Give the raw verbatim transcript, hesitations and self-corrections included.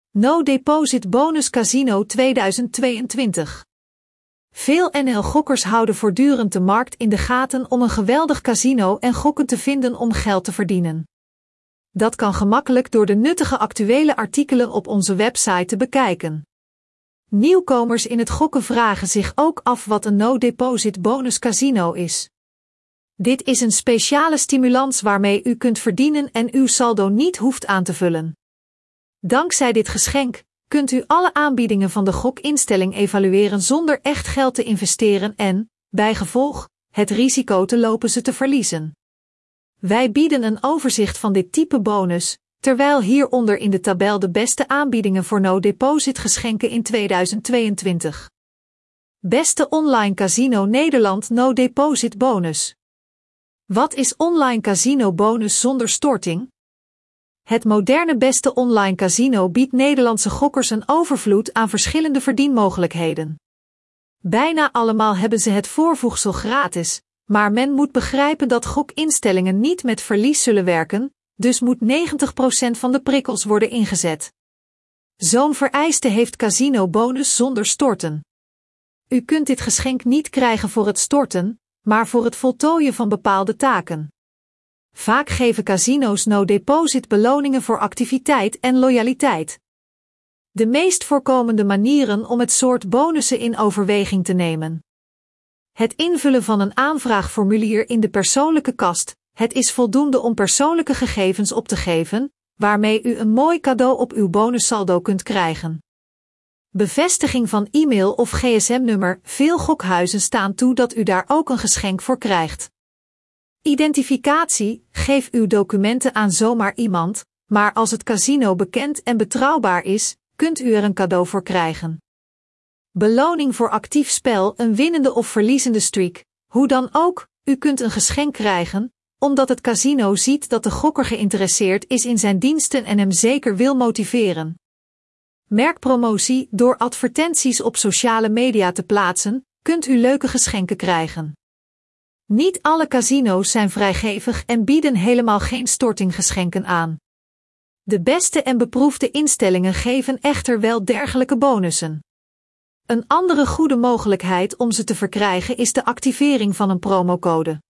No Deposit Bonus Casino tweeduizend tweeëntwintig. Veel N L-gokkers houden voortdurend de markt in de gaten om een geweldig casino en gokken te vinden om geld te verdienen. Dat kan gemakkelijk door de nuttige actuele artikelen op onze website te bekijken. Nieuwkomers in het gokken vragen zich ook af wat een No Deposit Bonus Casino is. Dit is een speciale stimulans waarmee u kunt verdienen en uw saldo niet hoeft aan te vullen. Dankzij dit geschenk kunt u alle aanbiedingen van de gokinstelling evalueren zonder echt geld te investeren en, bijgevolg, het risico te lopen ze te verliezen. Wij bieden een overzicht van dit type bonus, terwijl hieronder in de tabel de beste aanbiedingen voor no-deposit geschenken in tweeduizend tweeëntwintig. Beste online casino Nederland no-deposit bonus. Wat is online casino bonus zonder storting? Het moderne beste online casino biedt Nederlandse gokkers een overvloed aan verschillende verdienmogelijkheden. Bijna allemaal hebben ze het voorvoegsel gratis, maar men moet begrijpen dat gokinstellingen niet met verlies zullen werken, dus moet negentig procent van de prikkels worden ingezet. Zo'n vereiste heeft casino bonus zonder storten. U kunt dit geschenk niet krijgen voor het storten, maar voor het voltooien van bepaalde taken. Vaak geven casino's no-deposit beloningen voor activiteit en loyaliteit. De meest voorkomende manieren om het soort bonussen in overweging te nemen. Het invullen van een aanvraagformulier in de persoonlijke kast. Het is voldoende om persoonlijke gegevens op te geven, waarmee u een mooi cadeau op uw bonussaldo kunt krijgen. Bevestiging van e-mail of gsm-nummer. Veel gokhuizen staan toe dat u daar ook een geschenk voor krijgt. Identificatie. Geef uw documenten aan zomaar iemand, maar als het casino bekend en betrouwbaar is, kunt u er een cadeau voor krijgen. Beloning voor actief spel. Een winnende of verliezende streak. Hoe dan ook, u kunt een geschenk krijgen, omdat het casino ziet dat de gokker geïnteresseerd is in zijn diensten en hem zeker wil motiveren. Merkpromotie. Door advertenties op sociale media te plaatsen, kunt u leuke geschenken krijgen. Niet alle casino's zijn vrijgevig en bieden helemaal geen stortinggeschenken aan. De beste en beproefde instellingen geven echter wel dergelijke bonussen. Een andere goede mogelijkheid om ze te verkrijgen is de activering van een promocode.